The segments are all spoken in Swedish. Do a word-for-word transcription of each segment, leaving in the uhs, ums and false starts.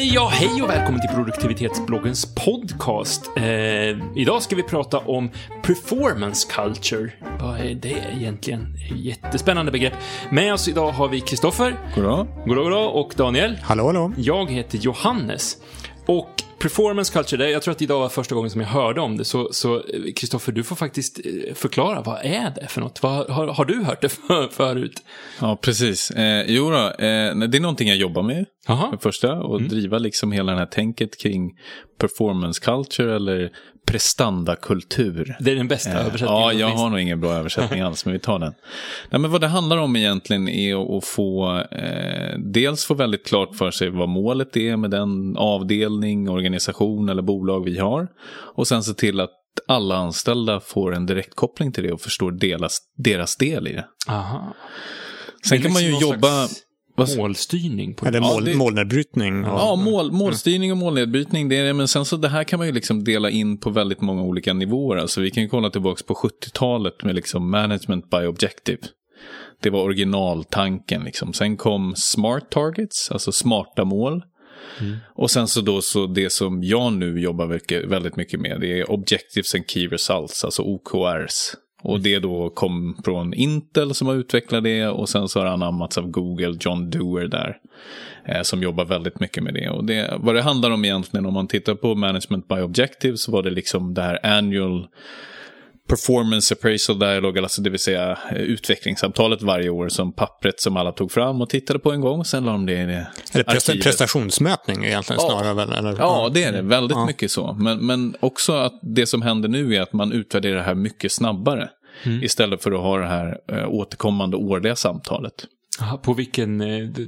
Ja, hej och välkommen till produktivitetsbloggens podcast. Eh, idag ska vi prata om performance culture. Vad är det egentligen? Jättespännande begrepp. Med oss idag har vi Kristoffer. Goddag. Goddag, goddag. Och Daniel. Hallå, hallå. Jag heter Johannes. Och performance culture, jag tror att idag var första gången som jag hörde om det. Så Kristoffer, du får faktiskt förklara, vad är det för något? Vad, har, har du hört det för, förut? Ja, precis. Eh, jo då, eh, det är någonting jag jobbar med. Aha. För första, och mm. driva liksom hela det här tänket kring performance culture eller prestandakultur. Det är den bästa eh, översättningen. Ja, jag har nog ingen bra översättning alls, men vi tar den. Nej, men vad det handlar om egentligen är att få eh, dels få väldigt klart för sig vad målet är med den avdelning, organisation eller bolag vi har. Och sen se till att alla anställda får en direktkoppling till det och förstår deras, deras del i det. Aha. Sen det kan man ju jobba... målstyrning på eller mål, ja, det, målnedbrytning. Och, ja, mål, målstyrning och målnedbrytning, det är det. Men sen så det här kan man ju liksom dela in på väldigt många olika nivåer. Alltså vi kan ju kolla tillbaka på sjuttiotalet med liksom management by objective. Det var originaltanken liksom. Sen kom smart targets, alltså smarta mål. Mm. Och sen så då så det som jag nu jobbar mycket, väldigt mycket med, det är objectives and key results, alltså O K Rs. Och det då kom från Intel som har utvecklat det, och sen så har det anammats av Google, John Doerr där, eh, som jobbar väldigt mycket med det. Och det, vad det handlar om egentligen, om man tittar på management by objective, så var det liksom det här annual performance appraisal dialogue, alltså det vill säga utvecklingssamtalet varje år, som pappret som alla tog fram och tittade på en gång, och sen la de det i det Är det presta- prestationsmätning egentligen ja. snarare väl? Eller? Ja, det är det. Väldigt ja. mycket så. Men, men också att det som händer nu är att man utvärderar det här mycket snabbare. Mm. Istället för att ha det här äh, återkommande årliga samtalet. Aha, på vilken,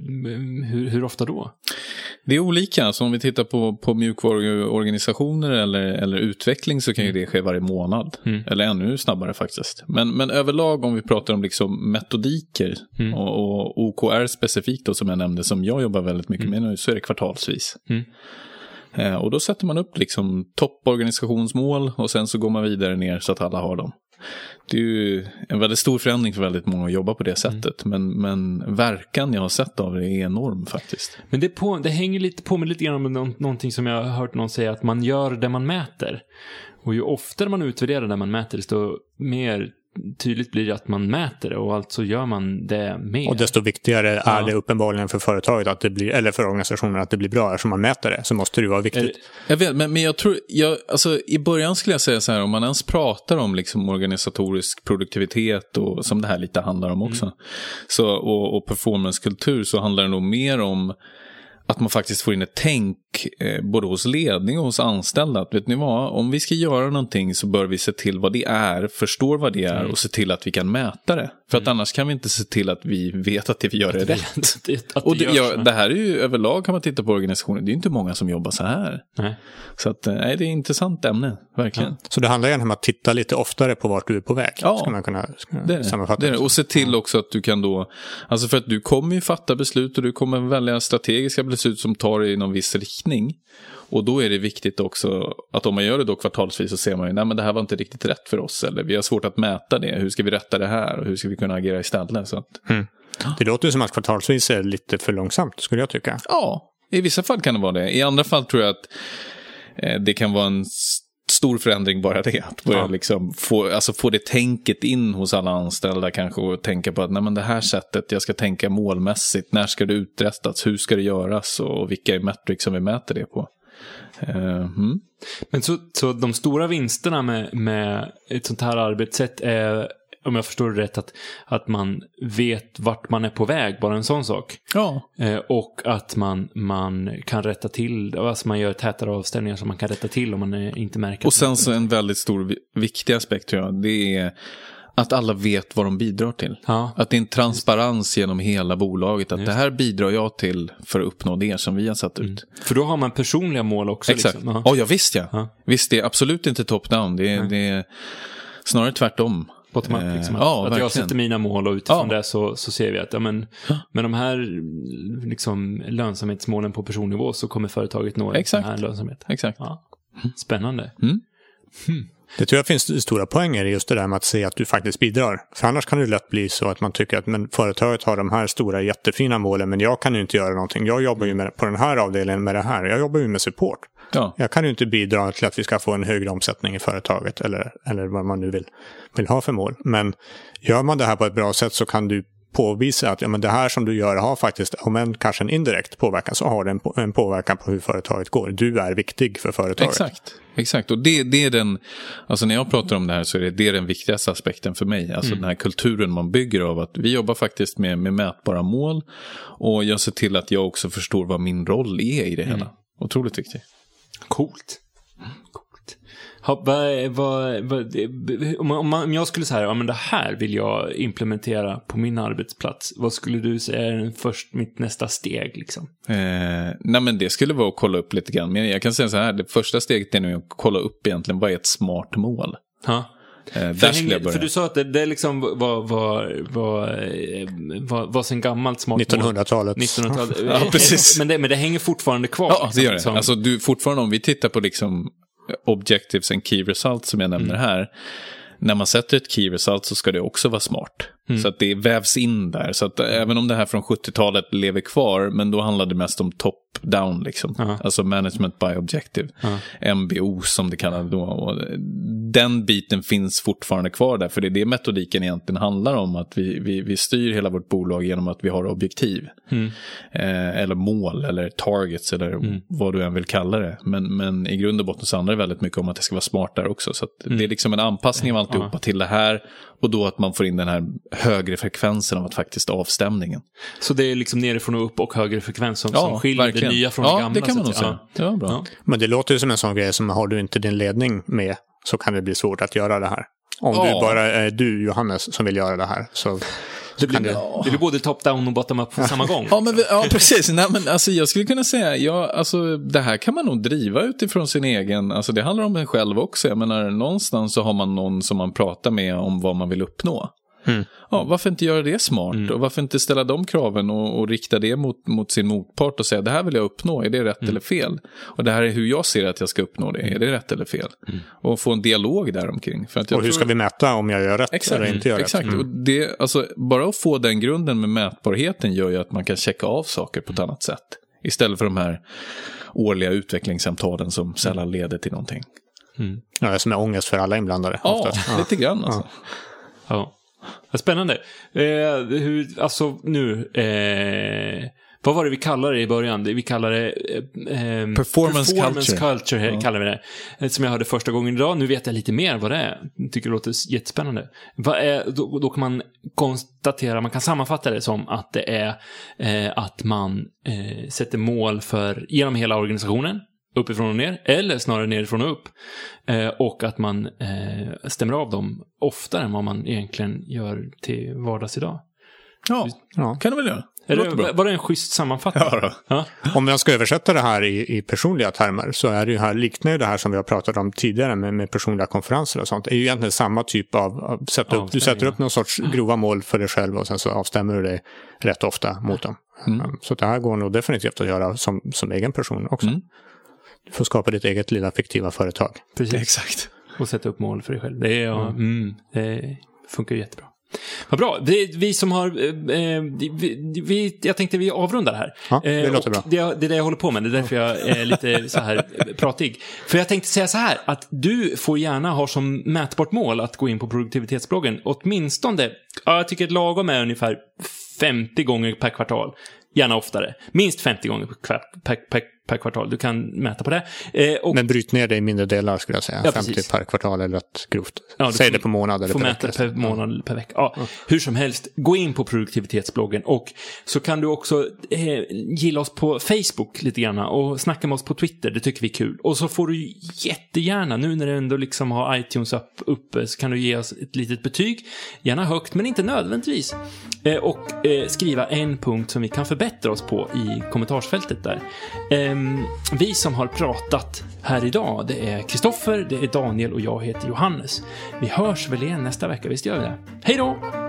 hur, hur ofta då? Det är olika. Så om vi tittar på, på mjukvaruorganisationer eller, eller utveckling, så kan ju det ske varje månad. Mm. Eller ännu snabbare faktiskt. Men, men överlag, om vi pratar om liksom metodiker mm. och, och O K R specifikt då, som jag nämnde, som jag jobbar väldigt mycket mm. med nu, så är det kvartalsvis. Mm. Eh, och då sätter man upp liksom topporganisationsmål, och sen så går man vidare ner så att alla har dem. Det är ju en väldigt stor förändring för väldigt många att jobba på det sättet. Mm. Men, men verkan jag har sett av det är enorm faktiskt. Men det, på, det hänger lite på med lite grann om någon, någonting som jag har hört någon säga, att man gör det man mäter. Och ju oftare man utvärderar det man mäter, desto mer tydligt blir det att man mäter det, och alltså gör man det mer. Och desto viktigare är ja. det uppenbarligen för företaget att det blir, eller för organisationen att det blir bra, eftersom man mäter det, så måste det vara viktigt. Jag vet, men, men jag tror, jag, alltså i början skulle jag säga så här, om man ens pratar om liksom organisatorisk produktivitet, och som det här lite handlar om också, mm. så, och, och performancekultur, så handlar det nog mer om att man faktiskt får in ett tänk eh, både hos ledning och hos anställda. Att, vet ni vad, om vi ska göra någonting så bör vi se till vad det är, förstår vad det är mm. och se till att vi kan mäta det. För att mm. annars kan vi inte se till att vi vet att det vi gör är rätt. Det, att och det, ja, det här är ju överlag, kan man titta på organisationen, det är ju inte många som jobbar så här. Nej. Så att, nej, det är ett intressant ämne, verkligen. Ja. Så det handlar egentligen om att titta lite oftare på vart du är på väg. Ja, ska man kunna, ska det är det. sammanfatta. Det är det. Och se till också att du kan då, alltså för att du kommer ju fatta beslut, och du kommer välja strategiska beslut som tar i någon viss riktning. Och då är det viktigt också att om man gör det då kvartalsvis, så ser man ju, nej men det här var inte riktigt rätt för oss, eller vi har svårt att mäta det, hur ska vi rätta det här och hur ska vi kunna agera istället. Så att... mm. Det låter som att kvartalsvis är lite för långsamt, skulle jag tycka. Ja, i vissa fall kan det vara det. I andra fall tror jag att eh, det kan vara en stor förändring bara det, att börja ja. liksom få, alltså få det tänket in hos alla anställda kanske, och tänka på att nej men det här sättet, jag ska tänka målmässigt, när ska det uträttas, hur ska det göras, och vilka är metrics som vi mäter det på. Mm. Men så, så de stora vinsterna med, med ett sånt här arbetssätt är, om jag förstår det rätt, att, att man vet vart man är på väg, bara en sån sak. Ja. Eh, och att man, man kan rätta till, alltså man gör tätare avställningar som man kan rätta till om man är, inte märker. Och sen så en väldigt stor, viktig aspekt tror jag, det är att alla vet vad de bidrar till. Ja. Att det är en transparens genom hela bolaget. Att Just. det här bidrar jag till för att uppnå det som vi har satt ut. Mm. För då har man personliga mål också. Exakt. Liksom. Ja, ja, visst ja. ja. Visst, det är absolut inte top-down. Det är, det är snarare tvärtom. Bottom-up, liksom. eh, ja, att verkligen. Jag sätter mina mål, och utifrån ja. det så, så ser vi att ja, men, med de här liksom, lönsamhetsmålen på personnivå, så kommer företaget nå den här lönsamheten. Exakt. Ja. Spännande. Mm. Hmm. Det tror jag finns stora poänger i just det där med att se att du faktiskt bidrar. För annars kan det lätt bli så att man tycker att men företaget har de här stora jättefina målen, men jag kan ju inte göra någonting. Jag jobbar ju med, på den här avdelningen med det här. Jag jobbar ju med support. Ja. Jag kan ju inte bidra till att vi ska få en högre omsättning i företaget eller, eller vad man nu vill, vill ha för mål. Men gör man det här på ett bra sätt så kan du påvisa att ja, men det här som du gör har faktiskt, om en kanske en indirekt påverkan, så har det en, på, en påverkan på hur företaget går. Du är viktig för företaget. Exakt, exakt. Och det, det är den, alltså när jag pratar om det här så är det, det är den viktigaste aspekten för mig. Alltså mm. den här kulturen man bygger av att vi jobbar faktiskt med, med mätbara mål, och jag ser till att jag också förstår vad min roll är i det hela. Mm. Otroligt viktigt. Coolt. Coolt. Ha, vad, vad, vad, om, om, om jag skulle säga, ja men det här vill jag implementera på min arbetsplats, vad skulle du säga är först mitt nästa steg liksom? Eh, nej men det skulle vara att kolla upp lite grann. Men jag kan säga så här, det första steget är nu att kolla upp egentligen vad är ett smart mål. Ja. Eh, för, hänger, för du sa att det, det liksom var, var, var, var, var sen gammalt smart nittonhundratalet. nittonhundratalet. Ja, precis. Men det, men det hänger fortfarande kvar. Ja, liksom, det gör det. liksom. Alltså du, fortfarande om vi tittar på liksom objectives and key results som jag nämner mm. här. När man sätter ett key result så ska det också vara smart. Mm. Så att det vävs in där. Så att även om det här från sjuttiotalet lever kvar, men då handlar det mest om top-down liksom. Uh-huh. Alltså management by objective. Uh-huh. M B O som det kallas då. Och den biten finns fortfarande kvar där. För det är det metodiken egentligen handlar om. Att vi, vi, vi styr hela vårt bolag genom att vi har objektiv. Mm. Eh, eller mål eller targets eller mm. vad du än vill kalla det. Men, men i grund och botten så handlar det väldigt mycket om att det ska vara smart där också. Så att mm. det är liksom en anpassning av alltihopa uh-huh. till det här. Och då att man får in den här högre frekvensen av att faktiskt avstämningen. Så det är liksom nerifrån och upp och högre frekvens som, ja, som skiljer verkligen. Det nya från ja, det gamla. Ja, det kan man nog säga. säga. Ja. Ja, bra. Ja. Men det låter ju som en sån grej som har du inte din ledning med så kan det bli svårt att göra det här. Om ja. du bara är du, Johannes, som vill göra det här så... Det blir, det... det blir både top-down och bottom-up på samma gång. Ja, men, ja precis. Nej, men, alltså, jag skulle kunna säga, ja, alltså, det här kan man nog driva utifrån sin egen, alltså, det handlar om en själv också. Jag menar, någonstans så har man någon som man pratar med om vad man vill uppnå. Mm. Ja, varför inte göra det smart? Mm. Och varför inte ställa de kraven och, och rikta det mot, mot sin motpart och säga, det här vill jag uppnå, är det rätt mm. eller fel? Och det här är hur jag ser att jag ska uppnå det, är det rätt eller fel? Mm. Och få en dialog där omkring. För att jag och hur tror... ska vi mäta om jag gör rätt exakt. eller inte gör exakt. rätt? Mm. Och det, alltså, bara att få den grunden med mätbarheten gör ju att man kan checka av saker på ett annat sätt. Istället för de här årliga utvecklingssamtalen som sällan leder till någonting. Mm. Ja, det är som är ångest för alla inblandade. Ja, ja. lite grann alltså. Ja. ja. Spännande. Eh, hur, alltså nu, eh, vad var det vi kallade det i början? Vi kallade det eh, performance, performance culture, culture ja. kallar vi det. Som jag hörde första gången idag. Nu vet jag lite mer vad det är. Jag tycker det låter jättespännande. Vad är, då, då kan man konstatera, man kan sammanfatta det som att det är eh, att man eh, sätter mål för genom hela organisationen. Uppifrån och ner, eller snarare nerifrån och upp. Eh, och att man eh, stämmer av dem oftare än vad man egentligen gör till vardags idag. Ja, ja. Kan du väl göra. Det det, var det en schysst sammanfattning? Ja, då. Ja. Om jag ska översätta det här i, i personliga termer så är det ju här, liknar ju det här som vi har pratat om tidigare med, med personliga konferenser och sånt. Det är ju egentligen samma typ av, av sätta upp, du sätter upp någon sorts grova mål för dig själv och sen så avstämmer du det rätt ofta mot dem. Mm. Så det här går nog definitivt att göra som, som egen person också. Mm. Du får skapa ditt eget lilla fiktiva företag. Precis. Exakt. Och sätta upp mål för dig själv. Det, är, ja, mm. Mm, det funkar ju jättebra. Vad bra. Det är vi som har... Eh, vi, vi, jag tänkte vi avrundar här. Ja, det eh, låter bra. Det, det är det jag håller på med. Det är därför jag är lite så här pratig. För jag tänkte säga så här. Att du får gärna ha som mätbart mål att gå in på produktivitetsbloggen. Åtminstone, ja, jag tycker ett lagom är ungefär femtio gånger per kvartal. Gärna oftare. Minst femtio gånger per, per, per, per kvartal. Du kan mäta på det. Eh, och... Men bryt ner det i mindre delar skulle jag säga. Ja, femtio precis. Per kvartal eller rätt grovt. Ja, säg får, det på månad eller per vecka. Får mäta per månad eller per vecka. Ja, ja. Hur som helst, gå in på produktivitetsbloggen. Och så kan du också eh, gilla oss på Facebook lite grann. Och snacka med oss på Twitter. Det tycker vi är kul. Och så får du jättegärna, nu när du ändå liksom har iTunes upp, uppe, så kan du ge oss ett litet betyg. Gärna högt, men inte nödvändigtvis. Eh, och eh, skriva en punkt som vi kan förbättra oss på i kommentarsfältet där. Eh, vi som har pratat här idag, det är Kristoffer, det är Daniel och jag heter Johannes. Vi hörs väl igen nästa vecka, visst gör vi det? Hej då!